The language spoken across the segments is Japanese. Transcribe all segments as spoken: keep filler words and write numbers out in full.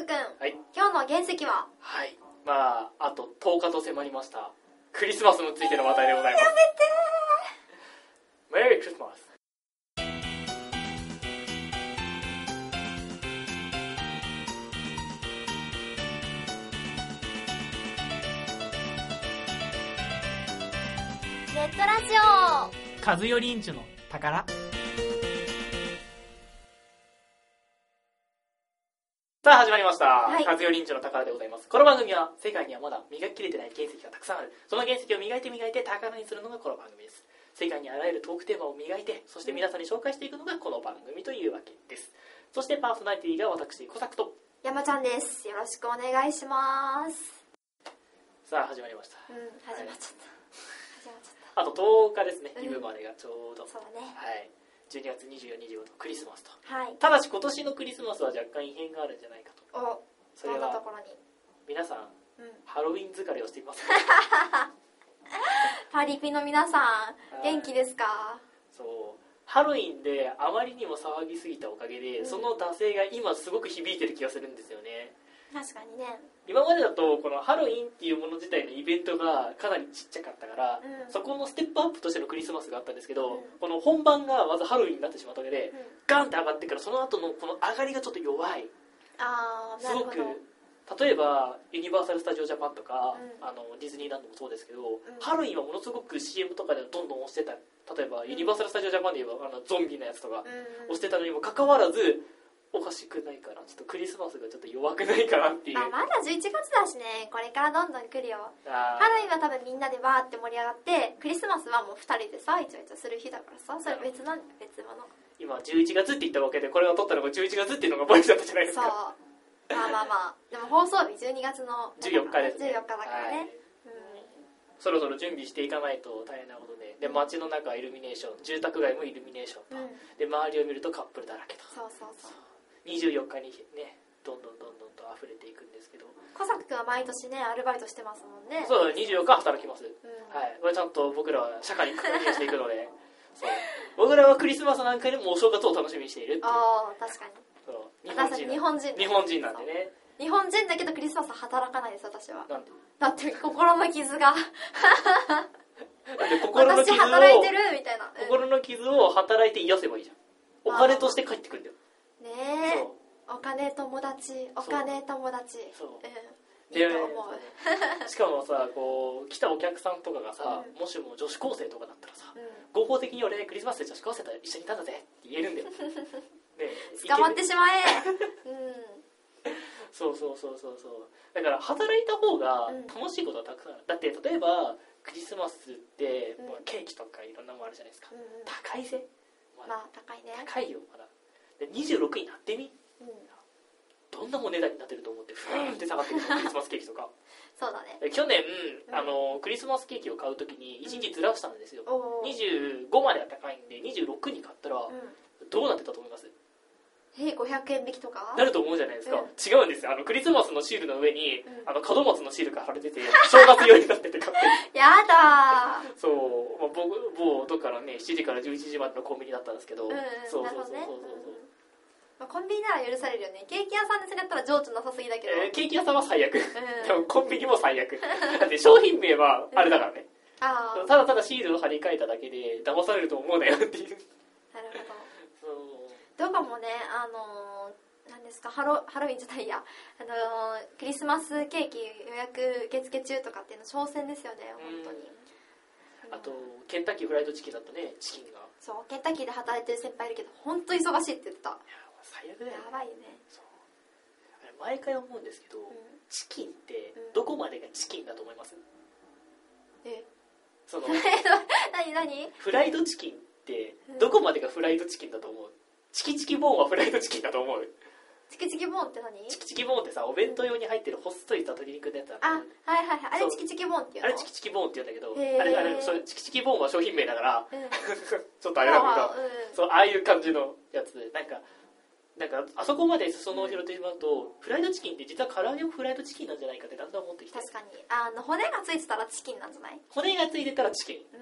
くん、 はい、 今日の原石は？ はい、まああととおかと迫りましたクリスマスについての話題でございます。 やめてメリークリスマス。 ネットラジオカズヨリンチュの宝。 さあ始まりました、 はい、 カズヨリンチュの宝でございます。この番組は世界にはまだ磨ききれてない原石がたくさんある。その原石を磨いて磨いて宝にするのがこの番組です。世界にあらゆるトークテーマを磨いて、そして皆さんに紹介していくのがこの番組というわけです。そしてパーソナリティが私コサクと山ちゃんです。よろしくお願いします。 さあ始まりました。 うん、始まっちゃった、はい、始まっちゃった。 あととおかですね、イブまでがちょうど、 うん、そうだね、 はい、じゅうにがつにじゅうよっか、にじゅうごとクリスマスと、 はい、 ただし今年のクリスマスは若干異変があるんじゃないかと。 お、それはどんなところに？皆さん、うん、ハロウィン疲れをしていますか？ パリピの皆さん元気ですか？ そう、ハロウィンであまりにも騒ぎすぎたおかげで、うん、その惰性が今すごく響いてる気がするんですよね。 確かにね。 今までだとこのハロウィンっていうもの自体のイベントがかなりちっちゃかったから、うん、そこのステップアップとしてのクリスマスがあったんですけど、うん、この本番がまずハロウィンになってしまったわけで、うん、ガンって上がってからその後のこの上がりがちょっと弱い。 あー、なるほど。 すごく例えばユニバーサル・スタジオ・ジャパンとか、うん、あのディズニーランドもそうですけど、うん、ハロウィンはものすごく シーエム とかでどんどん押してた。例えば、うん、ユニバーサル・スタジオ・ジャパンで言えばあのゾンビのやつとか押してたのにもかかわらず、おかしくないからちょっとクリスマスがちょっと弱くないかなっていう。 あ、まだじゅういちがつだしね、これからどんどん来るよ。ハロウィンは多分みんなでバーって盛り上がって、クリスマスはもうふたりでさイチャイチャする日だからさ、それ別なん別物。 今じゅういちがつって言ったわけで、これを撮ったのがじゅういちがつっていうのがバレちゃったじゃないですか。 そう、まあまあまあでも放送日じゅうにがつのじゅうよっかですね。 じゅうよっかだからね、はい、うん、 そろそろ準備していかないと大変なことで、で街の中はイルミネーション、住宅街もイルミネーションと、うん、で周りを見るとカップルだらけと。 そうそうそう。 にじゅうよっかにね、どんどんどんどんと溢れていくんですけど、 小作君は毎年ねアルバイトしてますもんね。 そう、にじゅうよっか働きます、うん、はい、これちゃんと僕らは社会に還元していくのでそう僕らはクリスマスなんかでもお正月を楽しみにしているっていう。 ああ、確かに。 そう、 日本人日本人日本人なんでね。 日本人だけどクリスマスは働かないです、私は。 なんで？ だって心の傷が心の傷を私働いてるみたいな、うん、 心の傷を働いて癒せばいいじゃん。お金として帰ってくるんだよねえ。そう、お金友達、お金友達。そう、うん、いいと思う。 しかもさ、こう来たお客さんとかがさ、うん、もしも女子高生とかだったらさ、うん、合法的に俺クリスマスで女子高生と一緒にいたんだぜって言えるんだよね。 捕まってしまえ。うん、 そうそうそうそうそう。だから働いた方が楽しいことはたくさんある。だって例えばクリスマスって、うん、ケーキとかいろんなものあるじゃないですか、うんうん、高いぜ、 まあ、まあ高いね。 高いよまだ。でにじゅうろくになってみ、うん、どんなもん値段になってると思ってふーんって下がってるクリスマスケーキとか。 そうだね。 去年、うん、あのクリスマスケーキを買うときにいちにちずらしたんですよ、うん、にじゅうごまでは高いんでにじゅうろくに買ったら、うん、どうなってたと思います？ え、ごひゃくえん引きとかなると思うじゃないですか、うん、違うんですよ。あのクリスマスのシールの上に、うん、あの門松のシールが貼られてて正月用になってて買ってやだー。 そう、まあ、僕某どっからねしちじからじゅういちじまでのコンビニだったんですけど、うんうん、そうそうそうそうそう、 まあ、コンビニなら許されるよね。ケーキ屋さんでそれやったら情緒なさすぎだけど、 えー、ケーキ屋さんは最悪、うん、でもコンビニも最悪だって商品名はあれだからね、うん、あただただシールを貼り替えただけで騙されると思うなよっていう。 なるほど。どうかもね、あのー、なんですか、ハロ、ハロウィンじゃないや、あのー、クリスマスケーキ予約受付中とかっていうの挑戦ですよね、本当に。 あとケンタッキーフライドチキンだったね、チキンが。 そう、ケンタッキーで働いてる先輩いるけど本当忙しいって言ってた。いや最悪だよね。 やばいよね。そう、 あれ毎回思うんですけど、うん、チキンってどこまでがチキンだと思います？うん、えその何何フライドチキンってどこまでがフライドチキンだと思う？チキチキボーンはフライドチキンだと思う？ チキチキボーンって何？ チキチキボーンってさ、お弁当用に入ってる細いさ鶏肉のやつある。 あ、はいはいはい。あれチキチキボーンっていうの？ あれチキチキボーンって言うんだけど、あれあれそれチキチキボーンは商品名だから、うん、ちょっとあれだけど、うん、そうああいう感じのやつで、なんかなんかあそこまで裾野を広げてしまうと、フライドチキンって実は唐揚げもフライドチキンなんじゃないかってだんだん思ってきて。 確かに、あの骨がついてたらチキンなんじゃない？ 骨がついてたらチキン。うん。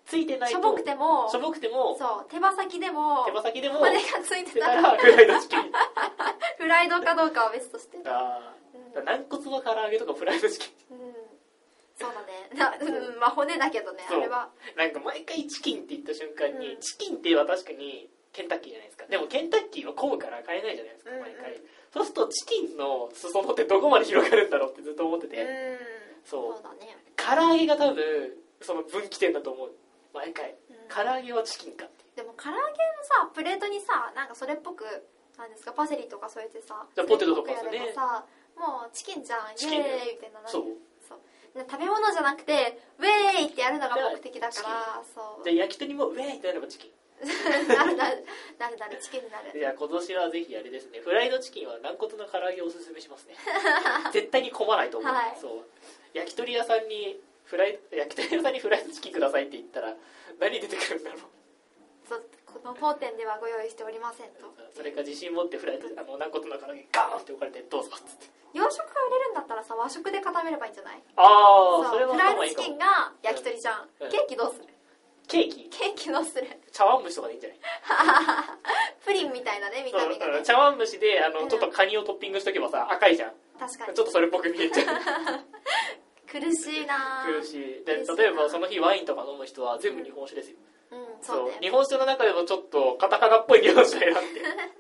ついてないとしょぼくてもしょぼくてもそう手羽先でも手羽先でも骨がついてたらフライドチキンフライドかどうかは別として、 あ、 うん、 軟骨の唐揚げとかフライドチキン、 うん、そうだねな、うん、まあ骨だけどねあれはなんか毎回チキンって言った瞬間に、うん、チキンっては確かにケンタッキーじゃないですか。でもケンタッキーは混むから買えないじゃないですか、毎回、うんうん、そうするとチキンの裾野ってどこまで広がるんだろうってずっと思ってて、うん、そう、そうだね、唐揚げが多分その分岐点だと思う毎回、うん、唐揚げはチキンかってでも唐揚げのさプレートにさなんかそれっぽくなんですかパセリとか添えてさじゃポテトとかねさもうチキンじゃんイエーイみたいなそうそう食べ物じゃなくてウェーイってやるのが目的だからそうじゃあ焼き鳥もウェーイってやればチキンなるなるなるなるチキンになる。 いや今年はぜひあれですねフライドチキンは軟骨の唐揚げをおすすめしますね絶対に混まないと思う、はい、そう焼き鳥屋さんにフライ焼き鳥屋さんにフライドチキンくださいって言ったら何出てくるんだろうそうこの当店ではご用意しておりませんとそれか自信持ってフライドあの軟骨の唐揚げガーンって置かれてどうぞっつって洋食が売れるんだったらさ和食で固めればいいんじゃない？ ああそれはフライドチキンが焼き鳥じゃん、うん、ケーキどうする？ ケーキケーキどうする？ 茶碗蒸しとかでいいんじゃないプリンみたいなね見た目がね茶碗蒸しであの、うん、ちょっとカニをトッピングしとけばさ赤いじゃん確かにちょっとそれっぽく見えちゃう苦しいな苦しいで例えばその日ワインとか飲む人は全部日本酒ですよ、 うんうん、そうね、 日本酒の中でもちょっとカタカナっぽい日本酒選んで、うん、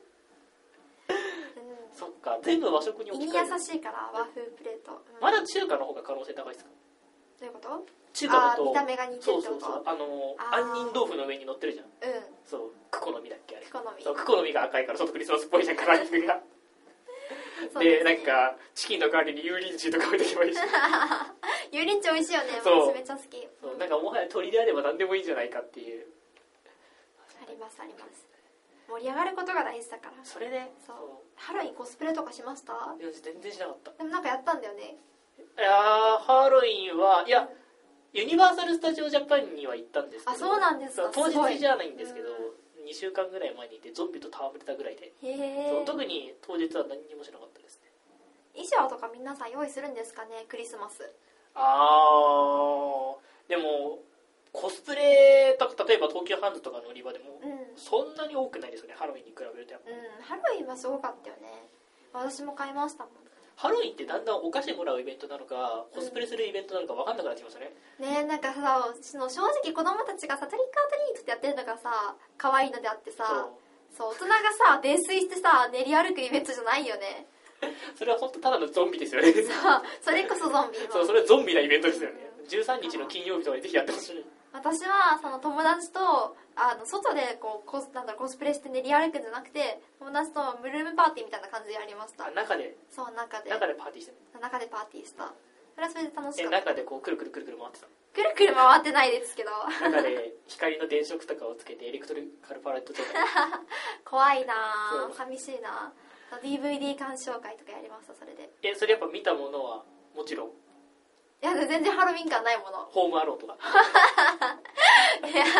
そっか全部和食に置き換える胃に優しいから和風プレート、うん、 まだ中華の方が可能性高いですか？ どういうこと？ 中華だと見た目が似てるってこと？ そうそうそうあの杏仁豆腐の上に乗ってるじゃん、 うん、 そうクコの実だっけあれクコの実そうクコの実が赤いからちょっとクリスマスっぽいじゃん唐揚げがで、ね、なんかチキンの代わりに油淋鶏とか置いてけばいいし油淋鶏美味しいよね私めっちゃ好きそうなんかもはや鶏であれば何でもいいんじゃないかっていうありますあります盛り上がることが大事だからそれでそうハロウィンコスプレとかしました？ いや全然しなかったでもなんかやったんだよねいやハロウィンはいやユニバーサル・スタジオ・ジャパンには行ったんですけどあそうなんですか当日じゃないんですけど、うん、にしゅうかんぐらい前にいてゾンビと戯れたぐらいでへそう特に当日は何にもしなかったですね衣装とか皆さん用意するんですかねクリスマスあーでもコスプレとか例えば東急ハンズとかの売り場でも、うん、そんなに多くないですよねハロウィンに比べるとやっぱ、 うん、ハロウィンはすごかったよね私も買いましたもんハロウィンってだんだんお菓子もらうイベントなのかコスプレするイベントなのか分かんなくなってきましたね、 うん、ねえなんかさ正直子供たちがさトリックアトリートってやってるのがさ可愛いのであってさそう大人がさ泥酔してさ練り歩くイベントじゃないよねそれは本当ただのゾンビですよねそうそれこそゾンビそうそれゾンビなイベントですよね、うん、じゅうさんにちの金曜日とかにぜひやってほしい私はその友達とあの外でこうコス、なんだろうコスプレして練り歩くんじゃなくて友達とブルームパーティーみたいな感じでやりました中でそう中で中でパーティーしてる中でパーティーしたそれはそれで楽しかった中でこうくるくるくるくる回ってたくるくる回ってないですけど中で光の電飾とかをつけてエレクトリカルパレットとか怖いな寂しいな ディーブイディー 鑑賞会とかやりましたそれでえそれやっぱ見たものはもちろんいや全然ハロウィン感ないものホームアローンとかいや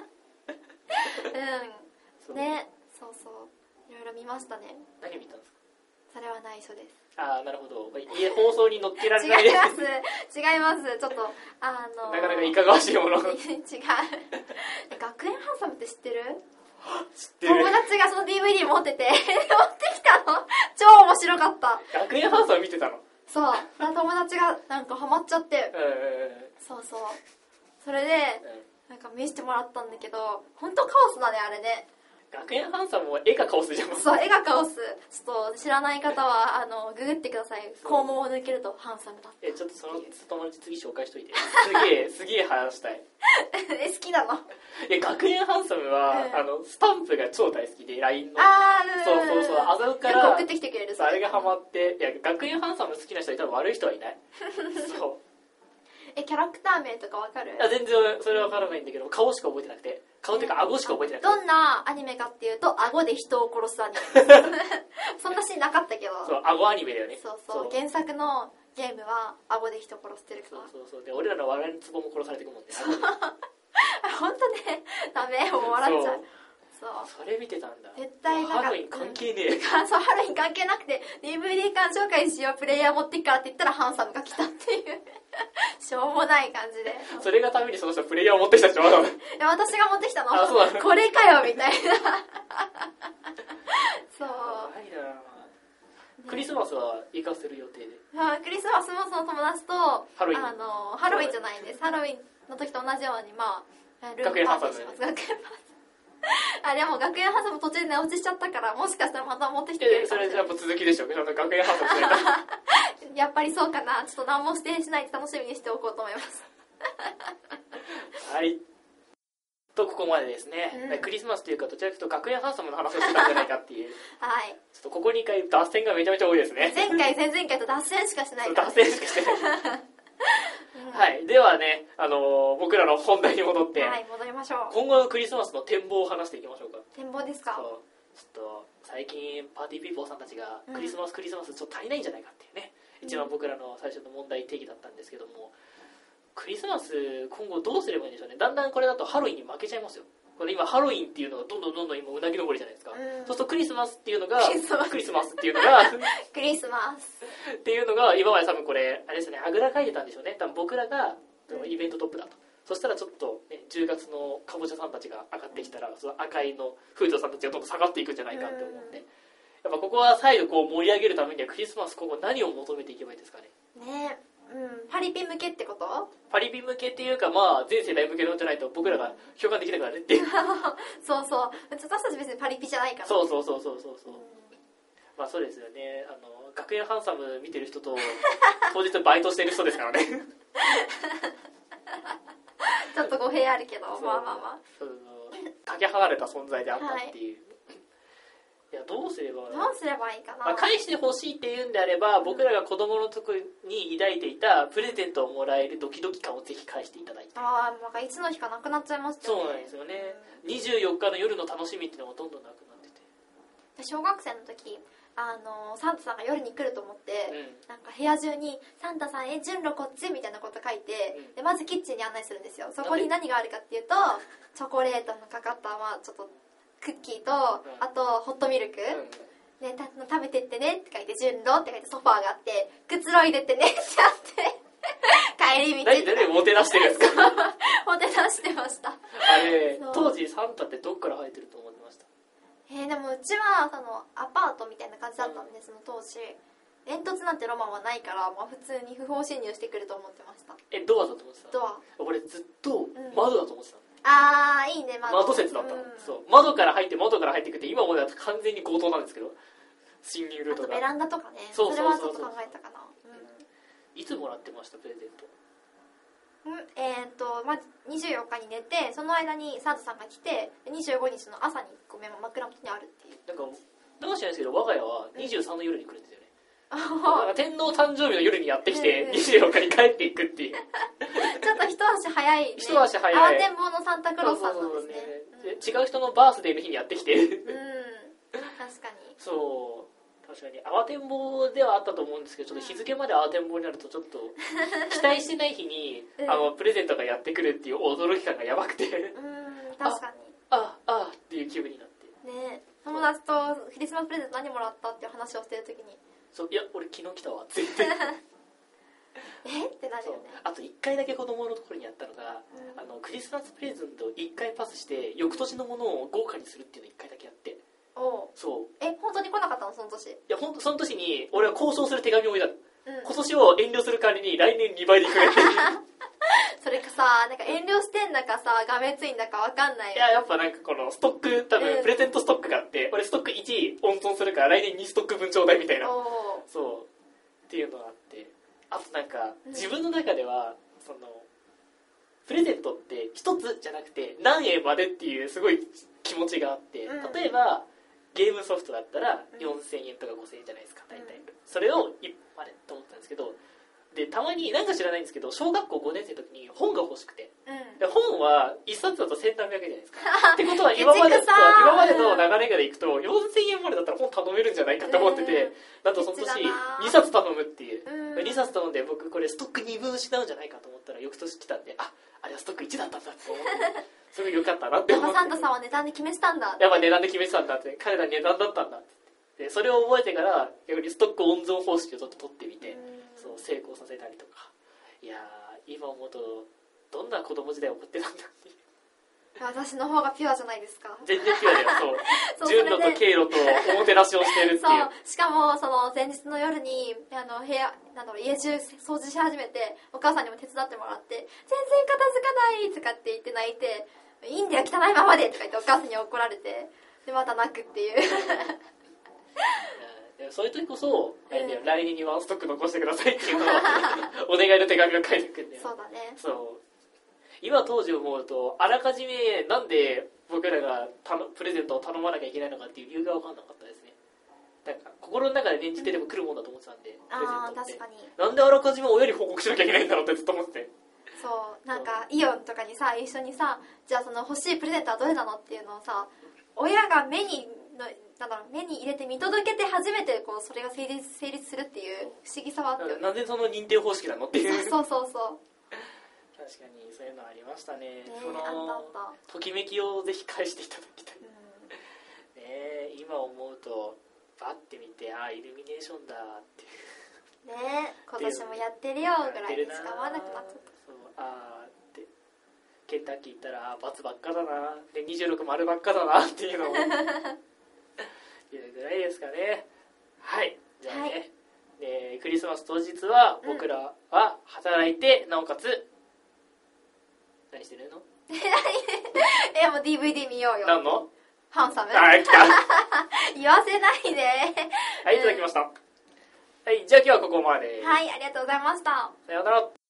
うんねそうそういろいろ見ましたね何見たんですかそれは内緒ですああなるほど家放送に載っけられないです違います違いますちょっとあのなかなかいかがわしいもの違う学園ハンサムって知ってる知ってる友達がその ディーブイディー 持ってて持ってきたの超面白かった学園ハンサム見てたのそう友達がなんかハマっちゃって、 えー、そうそうそれで、うん、なんか見せてもらったんだけど本当カオスだねあれね学園ハンサムも絵がカオスじゃんそう絵がカオスちょっと知らない方はあのググってください肛門を抜けるとハンサムだえちょっとその友達次紹介しといてすげえすげえ話したいえ好きなのいや学園ハンサムは、うん、あのスタンプが超大好きで ライン のあーそうそうそうあざうからよく送ってきてくれるあれがハマっていや学園ハンサム好きな人は多分悪い人はいないそうえキャラクター名とかわかる？ いや全然それはわからないんだけど顔しか覚えてなくて顔っていうか顎しか覚えてなくてどんなアニメかっていうと顎で人を殺すアニメそんなシーンなかったけどそう顎アニメだよねそうそう原作のゲームは顎で人殺してるからそうそうそうで俺らの笑いのツボも殺されてくもんね本当ねダメもう笑っちゃうそうそれ見てたんだ絶対なんかハロウィン関係ねえそうハロウィン関係なくて ディーブイディー 鑑賞会しようプレイヤー持ってっからって言ったらハンサムが来たっていうしょうもない感じで。 それがためにその人プレイヤーを持ってきた人はいや私が持ってきたの。 あ、そうなの。 これかよみたいな。そう。 ないな、ね、クリスマスは行かせる予定で。 あ、クリスマスもその友達とハロウィン、 あのハロウィンじゃないんです。ハロウィンの時と同じようにまあルー学園ハンサムします。学園ハンサム。あ、でも学園ハンサム途中で寝落ちしちゃったから、もしかしたらまた持ってきてくれるかもしれない。 それじゃあ続きでしょ。学園ハンサムしないと。 やっぱりそうかな。ちょっと何も指定しないで楽しみにしておこうと思います。 はい。とここまでですね、うん、クリスマスというかどちらかというと学園ハンサムの話をしてたんじゃないかっていうはい。 ちょっとここにかい脱線がめちゃめちゃ多いですね。 前回前々回と脱線しかしてないから、 ね、脱線しかしてないうん、はい。ではね、あのー、僕らの本題に戻って、 はい、戻りましょう。 今後のクリスマスの展望を話していきましょうか。 展望ですか。 そうちょっと最近パーティーピーポーさんたちがクリスマス、うん、クリスマスちょっと足りないんじゃないかっていうね、一番僕らの最初の問題定義だったんですけども、クリスマス今後どうすればいいんでしょうね。だんだんこれだとハロウィンに負けちゃいますよ。これ今ハロウィンっていうのがどんどんどんどん今うなぎ登りじゃないですか、うん、そうするとクリスマスっていうのがクリスマスっていうのがクリスマスっていうのが今まで多分これあれですね、あぐらかいてたんでしょうね。多分僕らがイベントトップだと、うん、そしたらちょっと、ね、じゅうがつのかぼちゃさんたちが上がってきたら、その赤いのフードさんたちがどんどん下がっていくんじゃないかって思って、うん、やっぱここは再度こう盛り上げるためにはクリスマス今後何を求めていけばいいですかね。 ね、うん、パリピ向けってこと？ パリピ向けっていうか、まあ全世代向けのじゃないと僕らが共感できないからねっていうそうそう、私たち別にパリピじゃないから、ね、 そうそうそうそうそうそう、うん、まあそうですよね。あの学園ハンサム見てる人と当日バイトしてる人ですからねちょっと語弊あるけど、まあまあまあかけ離れた存在であったっていう、はい、いやどうすればどうすればいいかな、 まあ、返してほしいっていうんであれば、僕らが子供の時に抱いていたプレゼントをもらえるドキドキ感をぜひ返していただいて。 ああ、なんかいつの日かなくなっちゃいましたよね。 そうなんですよね、うん、にじゅうよっかの夜の楽しみっていうのがどんどんなくなってて、 小学生の時あのサンタさんが夜に来ると思って、うん、なんか部屋中にサンタさんへ順路こっちみたいなこと書いて、うん、でまずキッチンに案内するんですよ。そこに何があるかっていうとチョコレートのかかった、まあ、ちょっとクッキーと、うん、あとホットミルク、うんね、た食べてってねって書いて順路って書いてソファーがあってくつろいでってねってあって帰り道何でもてなしてるんですかもてなしてました。 あれ当時サンタってどっから生えてると思ってました？ えー、でもうちはそのアパートみたいな感じだったんで、その当時煙突なんてロマンはないから、まあ、普通に不法侵入してくると思ってました。 え、ドアだと思ってた？ ドア。 俺ずっと窓だと思ってた、うん、 あーいいね、 窓。窓説だったの、うん、そう窓から入って窓から入ってくって今までだと完全に強盗なんですけど、侵入ルートが。 あとベランダとかね。 そうそうそうそう、 それはちょっと考えたかな、うん、 いつもらってましたプレゼント？ うん、えー、っと、まあ、にじゅうよっかに寝てその間にサンタさんが来てにじゅうごにちの朝にごめん枕元にあるっていう。 なんかどうしないですけど我が家はにじゅうさんの夜に来るんですよね、うん、なんか天皇誕生日の夜にやってきてにじゅうよっかに帰っていくっていうちょっと一足早い、ね、 一足早い慌てんぼうのサンタクロースさんなんですね。 そうそうそう、ね、うん、違う人のバースデーの日にやってきてうん確かにそう確かに慌てんぼうではあったと思うんですけど、ちょっと日付まで慌てんぼうになるとちょっと期待してない日に、うん、あのプレゼントがやってくるっていう驚き感がやばくてうん確かにあああっていう気分になってね。友達とクリスマスプレゼント何もらったっていう話をしてる時にそういや俺昨日来たわって言ってえってなるよね。 あといっかいだけ子供のところにやったのが、うん、あのクリスマスプレゼントをいっかいパスして翌年のものを豪華にするっていうのをいっかいだけやって、 おそうえ本当に来なかったのその年？いや本当その年に俺は交渉する手紙を置いたの、うん、今年を遠慮する代わりに来年にばいでいくれってそれかさ、なんか遠慮してんだかさがめついんだかわかんないよ。 いややっぱなんかこのストック多分プレゼントストックがあって、うん、俺ストックいち温存するから来年にストック分ちょうだいみたいな、そうっていうのがあって、あとなんか自分の中ではそのプレゼントって一つじゃなくて何円までっていうすごい気持ちがあって、うん、例えばゲームソフトだったらよんせんえんとかごせんえんじゃないですか大体、うん、それをいっまでと思ったんですけど、でたまになんか知らないんですけど小学校ごねん生の時に本が欲しくて、うん、で本はいっさつだとせんなんびゃくえんじゃないですかってことは今まで今までの流れがでいくとよんせんえんまでだったら本頼めるんじゃないかって思ってて、なんとその年にさつ頼むっていう、うん、にさつ頼んで僕これストックにぶん失うんじゃないかと思ったら翌年来たんで、ああれはストックいちだったんだって思ってすごい良かったなって思って、 サンタさんは値段で決めてたんだ、 やっぱ値段で決めてたんだって、彼ら値段だったんだってでそれを覚えてから逆にストック温存方式をちょっと取ってみて、うん、そう成功させたりとかいやー今思うとどんな子供時代を送ってたんだっていう。 私の方がピュアじゃないですか。 全然ピュアだよ。そうそう順路と経路とおもてなしをしているっていう。 そうしかもその前日の夜にあの部屋なんだろう家中掃除し始めてお母さんにも手伝ってもらって全然片付かないとかって言って泣いていいんだよ汚いままでとか言ってお母さんに怒られてでまた泣くっていうそういう時こそ、うん、来年にワンストック残してくださいっていうのをお願いの手紙を書いてくるんだよ。 そうだね。 そう今当時思うとあらかじめなんで僕らがたのプレゼントを頼まなきゃいけないのかっていう理由が分かんなかったですね。なんか心の中で念じてでも来るもんだと思ってたんで、うん、プレゼントってあ確かになんであらかじめ親に報告しなきゃいけないんだろうってずっと思ってて。 そうなんかイオンとかにさ一緒にさじゃあその欲しいプレゼントはどれなのっていうのをさ親が目にのなんだろう目に入れて見届けて初めてこうそれが成立成立するっていう不思議さはあったよね。 なんでその認定方式なのっていう。 そうそうそう確かにそういうのありましたね。 ねそのあったあった。 ときめきをぜひ返していただきたい、うん、ね今思うとバッて見てああイルミネーションだってね今年もやってるよぐらいでしか思わなくなっちゃった。 そうあーってケンタッキー行ったらバツばっかだなでにじゅうろく丸ばっかだなっていうのを言うぐらいですかね。はいじゃあね、はいでクリスマス当日は僕らは働いて、うん、なおかつ何してるのえもう ディーブイディー 見ようよ。 何のハンサムあ来た言わせないではいいただきました、うん、はいじゃあ今日はここまで。 はいありがとうございました。 さようなら。